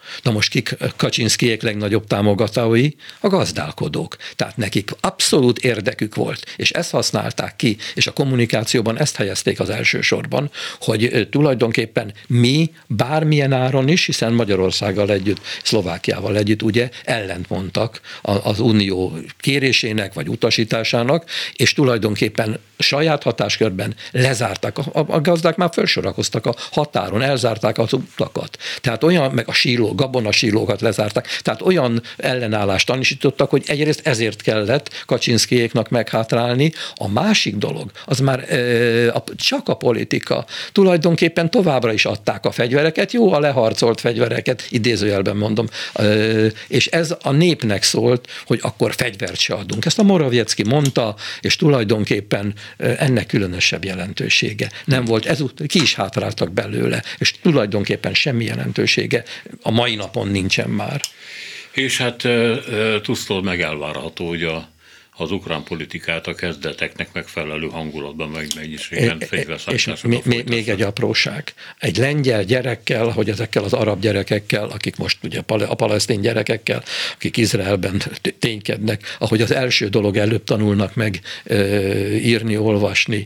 Na most kik Kaczynszkijék legnagyobb támogatói? A gazdálkodók. Tehát nekik abszolút érdekük volt, és ezt használták ki, és a kommunikációban ezt helyezték az első sorban, hogy tulajdonképpen mi bármilyen áron is, hiszen Magyarországgal együtt, Szlovákiával együtt ugye ellentmondtak az unió kérésének vagy utasításának, és tulajdonképpen saját hatáskörben lezárták. A gazdák már felsorakoztak a határon, elzárták az utakat. Tehát olyan, meg a gabonasílókat lezárták. Tehát olyan ellenállást tanúsítottak, hogy egyrészt ezért kellett Kaczynszkijéknak meghátrálni. A másik dolog, az már csak a politika. Tulajdonképpen továbbra is adták a fegyvereket, jó, a leharcolt fegyvereket, idézőjelben mondom, és ez a népnek szólt, hogy akkor fegyvert se adunk. Ezt a Morawiecki mondta, és tulajdonképpen ennek különösebb jelentősége nem volt. Ki is hátráltak belőle, és tulajdonképpen semmi jelentősége a mai napon nincsen már. És hát Tusktól meg elvárható, hogy az ukrán politikát a kezdeteknek megfelelő hangulatban, meg mennyiségen fegyverszállításokkal folytatja. Még egy apróság. Egy lengyel gyerekkel, hogy ezekkel az arab gyerekekkel, akik most ugye a palesztin gyerekekkel, akik Izraelben ténykednek, ahogy az első dolog előbb tanulnak meg írni, olvasni,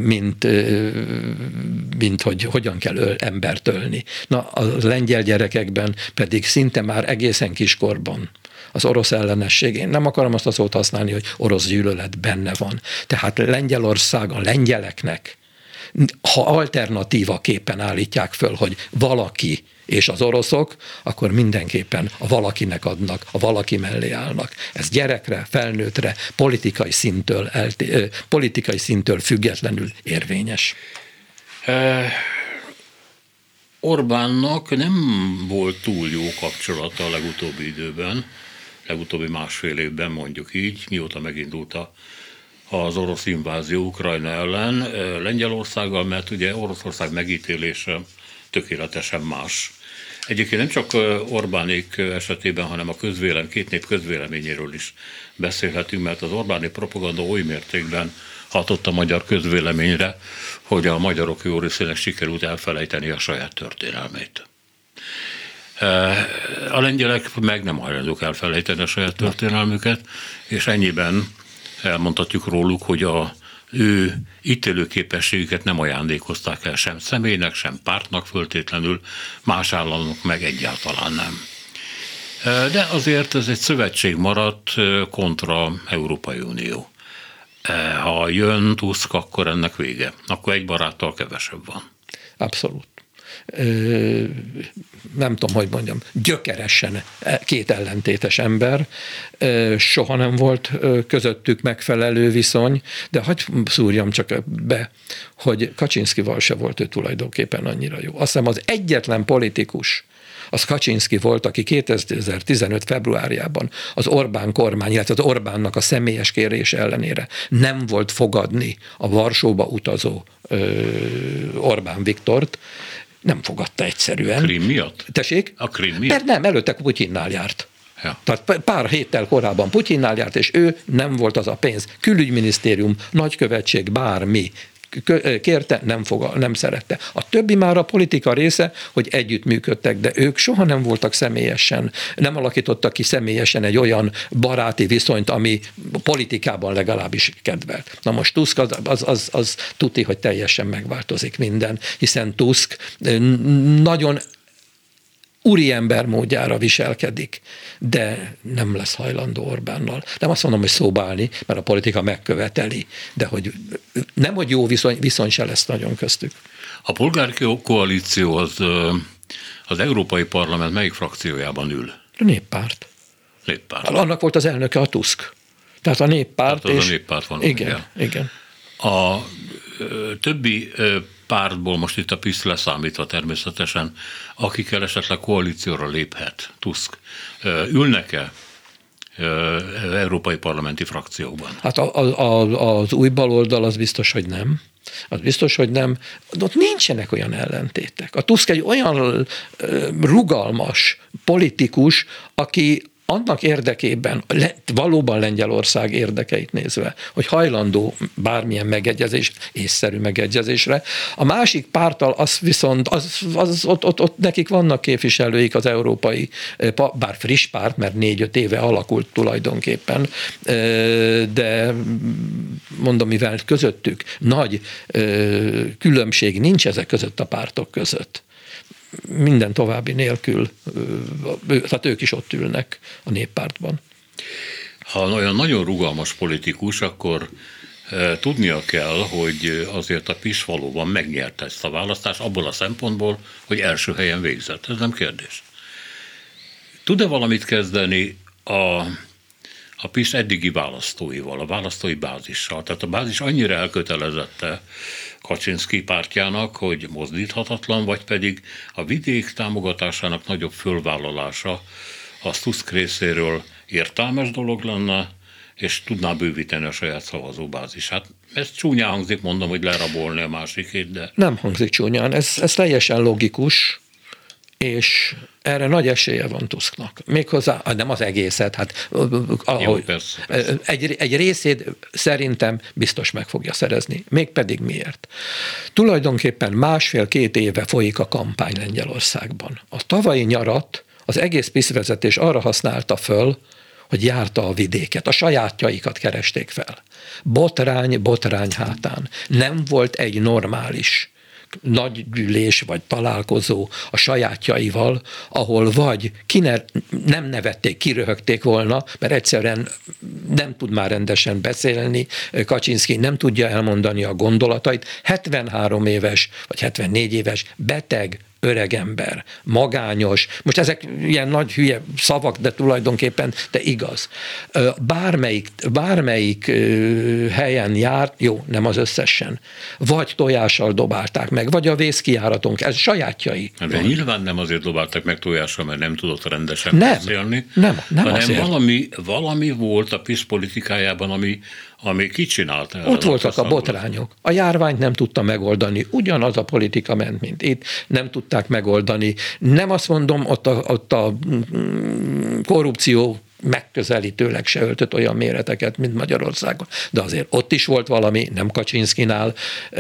mint hogy hogyan kell embert ölni. Na, a lengyel gyerekekben pedig szinte már egészen kiskorban az orosz ellenesség. Én nem akarom azt a szót használni, hogy orosz gyűlölet benne van. Tehát Lengyelország a lengyeleknek, ha alternatívaképpen állítják föl, hogy valaki és az oroszok, akkor mindenképpen a valakinek adnak, a valaki mellé állnak. Ez gyerekre, felnőttre, politikai szintől függetlenül érvényes. Orbánnak nem volt túl jó kapcsolata a legutóbbi időben, legutóbbi másfél évben mondjuk így, mióta megindult az orosz invázió Ukrajna ellen Lengyelországgal, mert ugye Oroszország megítélése tökéletesen más. Egyébként nem csak Orbánék esetében, hanem a két nép közvéleményéről is beszélhetünk, mert az Orbáni propaganda oly mértékben hatott a magyar közvéleményre, hogy a magyarok jó részének sikerült elfelejteni a saját történelmét. A lengyelek meg nem hajlandók elfelejteni a saját történelmüket, és ennyiben elmondhatjuk róluk, hogy a ő ítélőképességüket nem ajándékozták el sem személynek, sem pártnak föltétlenül, más államok meg egyáltalán nem. De azért ez egy szövetség maradt kontra Európai Unió. Ha jön Tusk, akkor ennek vége. Akkor egy baráttal kevesebb van. Abszolút. Nem tudom, hogy mondjam, gyökeresen két ellentétes ember, soha nem volt közöttük megfelelő viszony, de hadd szúrjam csak be, hogy Kaczynszkival se volt ő tulajdonképpen annyira jó. Azt hiszem az egyetlen politikus, az Kaczynszki volt, aki 2015. februárjában az Orbán kormány, illetve az Orbánnak a személyes kérése ellenére nem volt fogadni a Varsóba utazó Orbán Viktort, nem fogadta egyszerűen. A Krím miatt? Tessék? A Krím miatt? Mert nem, előtte Putyinnál járt. Ja. Tehát pár héttel korábban Putyinnál járt, és ő nem volt az a pénz. Külügyminisztérium, nagykövetség, bármi kérte, nem szerette. A többi már a politika része, hogy együttműködtek, de ők soha nem voltak személyesen, nem alakítottak ki személyesen egy olyan baráti viszonyt, ami politikában legalábbis kedvelt. Na most Tusk az tuti, hogy teljesen megváltozik minden, hiszen Tusk nagyon úriember módjára viselkedik, de nem lesz hajlandó Orbánnal. Nem azt mondom, hogy szóba állni, mert a politika megköveteli, de hogy nem, hogy jó viszony se lesz nagyon köztük. A polgári koalíció az Európai Parlament melyik frakciójában ül? A Néppárt. Néppárt. Annak volt az elnöke a Tusk. Tehát a Néppárt. Tehát az a Néppárt van. Igen. A többi pártból, most itt a PiS leszámítva természetesen, akikkel esetleg koalícióra léphet Tusk, ülnek-e európai parlamenti frakciókban? Hát az új baloldal az biztos, hogy nem. Az biztos, hogy nem. Ott nincsenek olyan ellentétek. A Tusk egy olyan rugalmas politikus, aki annak érdekében, valóban Lengyelország érdekeit nézve, hogy hajlandó bármilyen megegyezés, észszerű megegyezésre. A másik párttal az viszont, ott nekik vannak képviselőik az európai, bár friss párt, mert 4-5 éve alakult tulajdonképpen, de mondom, mivel közöttük nagy különbség nincs ezek között a pártok között, minden további nélkül, tehát ők is ott ülnek a Néppártban. Ha olyan nagyon rugalmas politikus, akkor tudnia kell, hogy azért a PiS valóban megnyerte ezt a választást abból a szempontból, hogy első helyen végzett. Ez nem kérdés. Tud-e valamit kezdeni a PiS eddigi választóival, a választói bázissal? Tehát a bázis annyira elkötelezette Kaczynszki pártjának, hogy mozdíthatatlan, vagy pedig a vidék támogatásának nagyobb fölvállalása az Tusk részéről értelmes dolog lenne, és tudná bővíteni a saját szavazóbázisát. Ez csúnyán hangzik, mondom, hogy lerabolni a másikét, de... Nem hangzik csúnyán, ez teljesen logikus, és erre nagy esélye van Tusknak. Méghozzá, nem az egészet, hát ahogy, persze. Egy részét szerintem biztos meg fogja szerezni. Mégpedig miért? Tulajdonképpen 1,5-2 éve folyik a kampány Lengyelországban. A tavalyi nyarat az egész PiS vezetés arra használta föl, hogy járta a vidéket, a sajátjaikat keresték fel. Botrány hátán. Nem volt egy normális nagy gyűlés vagy találkozó a sajátjaival, ahol vagy nem nevették, kiröhögték volna, mert egyszerűen nem tud már rendesen beszélni, Kaczynszki nem tudja elmondani a gondolatait, 73 éves vagy 74 éves, beteg, öregember, magányos, most ezek ilyen nagy hülye szavak, de tulajdonképpen, de igaz. Bármelyik helyen járt, jó, nem az összesen, vagy tojással dobálták meg, vagy a vészkijáratunk, ez sajátjai. De nyilván nem azért dobálták meg tojással, mert nem tudott rendesen beszélni, nem hanem azért. Valami volt a PiS politikájában, ami kicsinálta. Ott voltak a botrányok. A járványt nem tudta megoldani. Ugyanaz a politika ment, mint itt. Nem tudták megoldani. Nem azt mondom, ott a korrupció megközelítőleg se öltött olyan méreteket, mint Magyarországon. De azért ott is volt valami, nem Kaczynszkinál.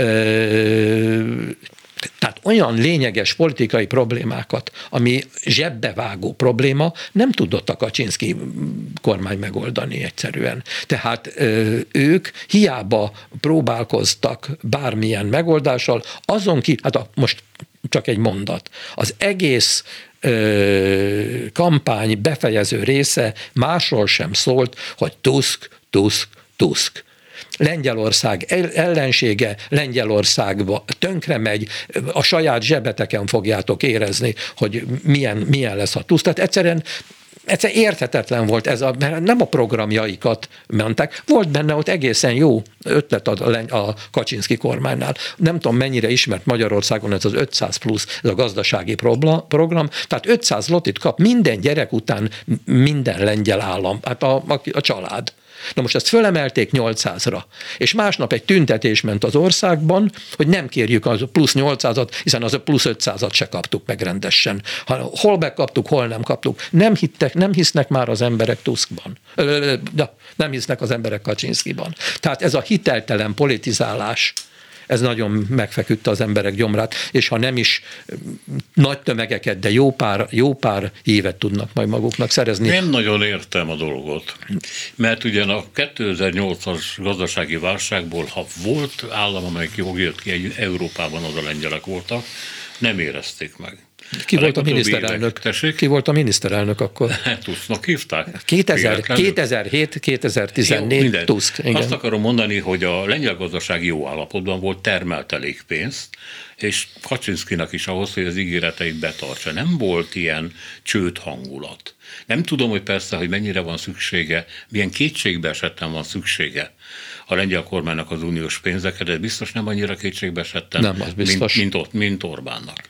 Tehát olyan lényeges politikai problémákat, ami zsebbevágó probléma, nem tudott a Kaczynszki kormány megoldani egyszerűen. Tehát ők hiába próbálkoztak bármilyen megoldással, most csak egy mondat, az egész kampány befejező része másról sem szólt, hogy Tusk. Lengyelország ellensége Lengyelországba tönkre megy, a saját zsebeteken fogjátok érezni, hogy milyen lesz a Tusk. Tehát egyszerűen érthetetlen volt ez, mert nem a programjaikat mentek. Volt benne ott egészen jó ötlet a Kaczynszki kormánynál. Nem tudom, mennyire ismert Magyarországon ez az 500 plusz, ez a gazdasági program. Tehát 500 zlotit kap minden gyerek után minden lengyel állam, hát a család. Na most ezt fölemelték 800-ra, és másnap egy tüntetés ment az országban, hogy nem kérjük az plusz 800-at, hiszen az a plusz 500-at se kaptuk meg rendesen. Hol megkaptuk, hol nem kaptuk. Nem hisznek már az emberek Tuskban. Nem hisznek az emberek Kaczynszkiban. Tehát ez a hiteltelen politizálás, ez nagyon megfeküdte az emberek gyomrát, és ha nem is nagy tömegeket, de jó pár hívet tudnak majd maguknak szerezni. Nem nagyon értem a dolgot, mert ugyan a 2008-as gazdasági válságból, ha volt állam, amely jött ki Európában, az a lengyelek voltak, nem érezték meg. Ki volt a miniszterelnök? Ki volt a miniszterelnök akkor? Tusknak hívták. 2007-2014 Tusk. Igen. Azt akarom mondani, hogy a lengyel gazdaság jó állapotban volt, termelt elég pénzt, és Kaczynszkinak is ahhoz, hogy az ígéreteit betartsa. Nem volt ilyen csőd hangulat. Nem tudom, hogy persze, hogy mennyire van szüksége, milyen kétségbe esetten van szüksége a lengyel kormánynak az uniós pénzekre, de biztos nem annyira kétségbe esetten, mint Orbánnak.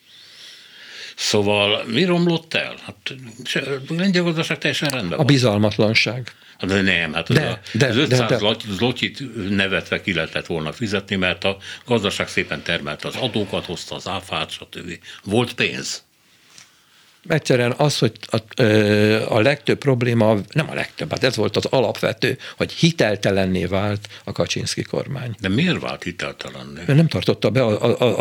Szóval mi romlott el? Hát a lengyel gazdaság teljesen rendben van. A bizalmatlanság. De nem, hát az 500 zlotyit nevetve ki lehetett volna fizetni, mert a gazdaság szépen termelte az adókat, hozta az áfát, stb. Volt pénz. egyszerűen az, hogy a legtöbb probléma, nem a legtöbb, hát ez volt az alapvető, hogy hiteltelenné vált a Kaczynszki kormány. De miért vált hiteltelenné? Nem tartotta be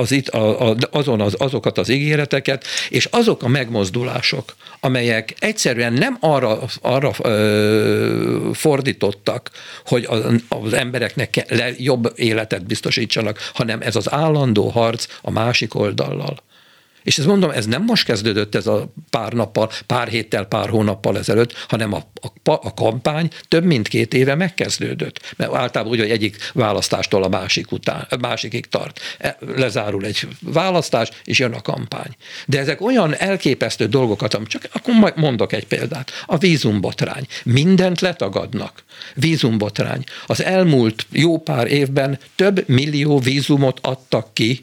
azokat az ígéreteket, és azok a megmozdulások, amelyek egyszerűen nem arra fordítottak, hogy az embereknek jobb életet biztosítsanak, hanem ez az állandó harc a másik oldallal. És ezt mondom, ez nem most kezdődött ez a pár héttel, pár hónappal ezelőtt, hanem a kampány több mint 2 éve megkezdődött. Mert általában úgy, hogy egyik választástól a másikig tart. Lezárul egy választás, és jön a kampány. De ezek olyan elképesztő dolgokat, csak akkor mondok egy példát. A vízumbotrány. Mindent letagadnak. Vízumbotrány. Az elmúlt jó pár évben több millió vízumot adtak ki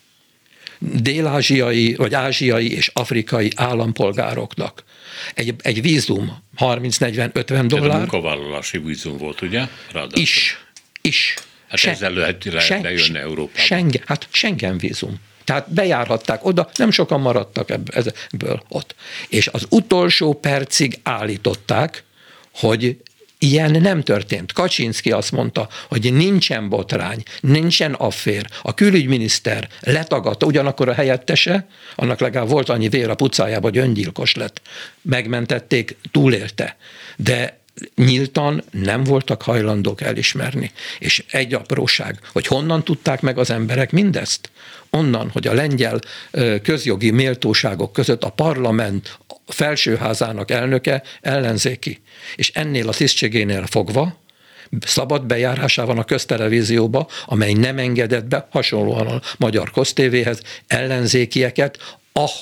dél-ázsiai, vagy ázsiai és afrikai állampolgároknak. Egy vízum 30-40-50 dollár. Ez a munkavállalási vízum volt, ugye? Ráadásul. Is. Hát ezzel lehet bejönni Európába. Schengen vízum. Tehát bejárhatták oda, nem sokan maradtak ebből ott. És az utolsó percig állították, hogy ilyen nem történt. Kaczynszki azt mondta, hogy nincsen botrány, nincsen affér. A külügyminiszter letagadta, ugyanakkor a helyettese, annak legalább volt annyi vér a pucájában, hogy öngyilkos lett. Megmentették, túlélte. De nyíltan nem voltak hajlandók elismerni. És egy apróság, hogy honnan tudták meg az emberek mindezt? Onnan, hogy a lengyel közjogi méltóságok között a parlament felsőházának elnöke ellenzéki. És ennél a tisztségénél fogva szabad bejárásá van a köztelevízióba, amely nem engedett be, hasonlóan a Magyar Köztévéhez, ellenzékieket,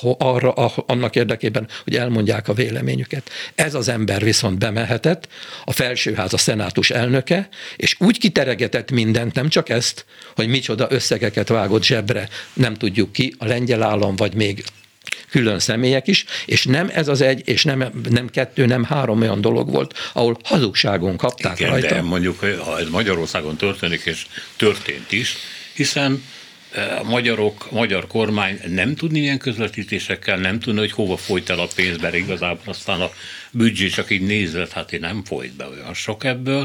annak érdekében, hogy elmondják a véleményüket. Ez az ember viszont bemehetett, a felsőház, a szenátus elnöke, és úgy kiteregetett mindent, nem csak ezt, hogy micsoda összegeket vágott zsebre, nem tudjuk ki, a lengyel állam, vagy még külön személyek is, és nem ez az egy, és nem 2, nem 3 olyan dolog volt, ahol hazugságon kapták rajta. De mondjuk, ha ez Magyarországon történik, és történt is, hiszen a magyar kormány nem tudni ilyen közvetítésekkel, nem tudni, hogy hova folyt el a pénz, mert igazából aztán a büdzsé csak így nézett, hát nem folyt be olyan sok ebből.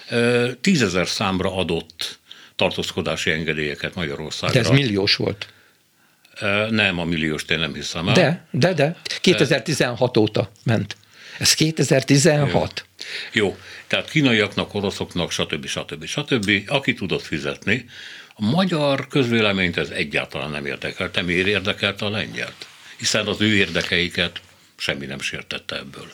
10 000 számra adott tartózkodási engedélyeket Magyarországra. De ez milliós volt. Nem, a millióst én nem hiszem el. De. 2016 óta ment. Ez 2016. Jó, tehát kínaiaknak, oroszoknak, stb. Aki tudott fizetni. A magyar közvéleményt ez egyáltalán nem érdekelte. Miért érdekelte a lengyelt? Hiszen az ő érdekeiket semmi nem sértette ebből.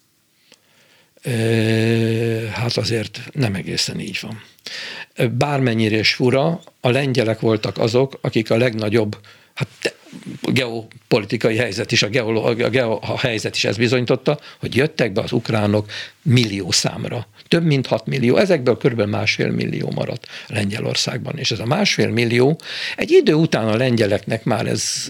Hát azért nem egészen így van. Bármennyire is fura, a lengyelek voltak azok, akik a legnagyobb, geopolitikai helyzet is, a helyzet is ezt bizonyította, hogy jöttek be az ukránok millió számra. Több mint 6 millió, ezekből kb. 1,5 millió maradt Lengyelországban. És ez a 1,5 millió, egy idő után a lengyeleknek már ez...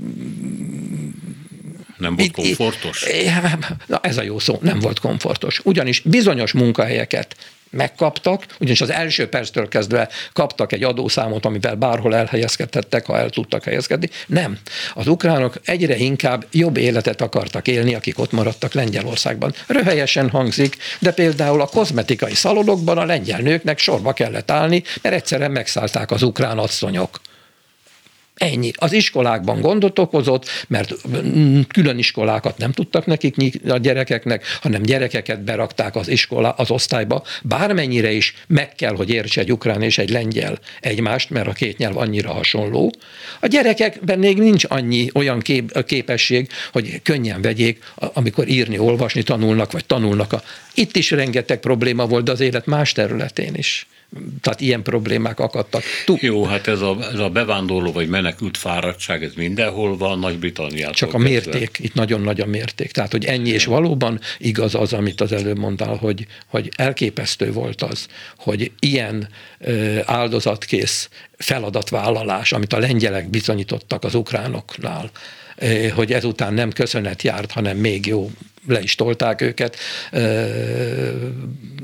Nem volt komfortos? Na, ez a jó szó, nem volt komfortos. Ugyanis bizonyos munkahelyeket megkaptak, ugyanis az első perctől kezdve kaptak egy adószámot, amivel bárhol elhelyezkedhettek, ha el tudtak helyezkedni. Nem. Az ukránok egyre inkább jobb életet akartak élni, akik ott maradtak Lengyelországban. Röhelyesen hangzik, de például a kozmetikai szalonokban a lengyel nőknek sorba kellett állni, mert egyszerűen megszállták az ukrán asszonyok. Ennyi. Az iskolákban gondot okozott, mert külön iskolákat nem tudtak nekik a gyerekeknek, hanem gyerekeket berakták az osztályba. Bármennyire is meg kell, hogy értse egy ukrán és egy lengyel egymást, mert a két nyelv annyira hasonló. A gyerekekben még nincs annyi olyan képesség, hogy könnyen vegyék, amikor írni, olvasni tanulnak, vagy tanulnak. Itt is rengeteg probléma volt, de az élet más területén is. Tehát ilyen problémák akadtak. Jó, hát ez a bevándorló vagy menekült fáradtság, ez mindenhol van, Nagy-Britanniától csak a mérték, itt nagyon nagy a mérték. Tehát, hogy ennyi, és valóban igaz az, amit az előbb mondtál, hogy elképesztő volt az, hogy ilyen áldozatkész feladatvállalás, amit a lengyelek bizonyítottak az ukránoknál, hogy ezután nem köszönet járt, hanem még jó, le is tolták őket.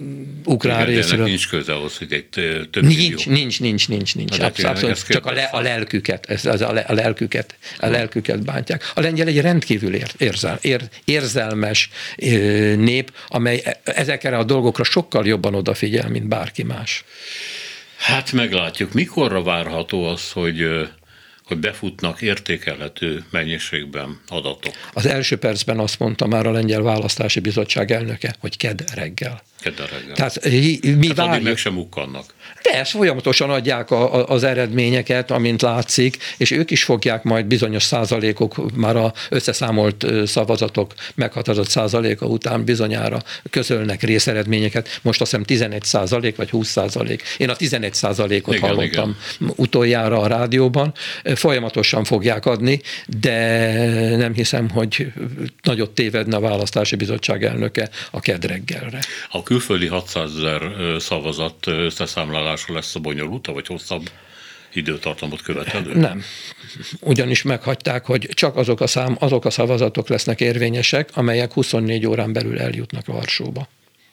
ukrán részről. Nincs köze ahhoz, hogy egy több millió. Nincs. Abszolút. Csak a lelküket, a lelküket bántják. A lengyel egy rendkívül érzelmes nép, amely ezekre a dolgokra sokkal jobban odafigyel, mint bárki más. Hát meglátjuk. Mikorra várható az, hogy befutnak értékelhető mennyiségben adatok? Az első percben azt mondta már a Lengyel Választási Bizottság elnöke, hogy kedd reggel. Tehát addig meg sem ukkannak. De ezt folyamatosan adják az eredményeket, amint látszik, és ők is fogják majd bizonyos százalékok, már az összeszámolt szavazatok meghatározott százaléka után bizonyára közölnek részeredményeket. Most azt hiszem 11% vagy 20%. Én a 11%-ot hallottam utoljára a rádióban. Folyamatosan fogják adni, de nem hiszem, hogy nagyot tévedne a Választási Bizottság elnöke a kedd reggelre. A külföldi 600 000 szavazat összeszámlálása lesz a bonyolulta, vagy hosszabb időtartamot követelő? Nem. Ugyanis meghagyták, hogy csak azok a szavazatok lesznek érvényesek, amelyek 24 órán belül eljutnak Varsóba.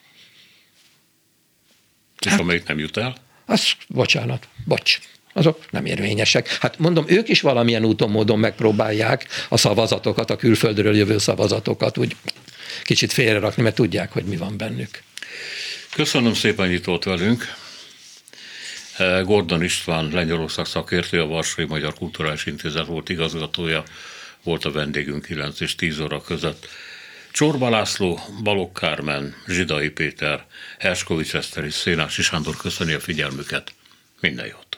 És amelyik nem jut el? Bocs. Azok nem érvényesek. Hát mondom, ők is valamilyen úton, módon megpróbálják a szavazatokat, a külföldről jövő szavazatokat úgy kicsit félrerakni, mert tudják, hogy mi van bennük. Köszönöm szépen, hogy itt volt velünk. Gordon István, Lengyelország szakértője, a Varsói Magyar Kulturális Intézet volt igazgatója, volt a vendégünk 9 és 10 óra között. Csorba László, Balogh Kármen, Zsidai Péter, Herskovics Eszter és Szénási Sándor köszöni a figyelmüket. Minden jót!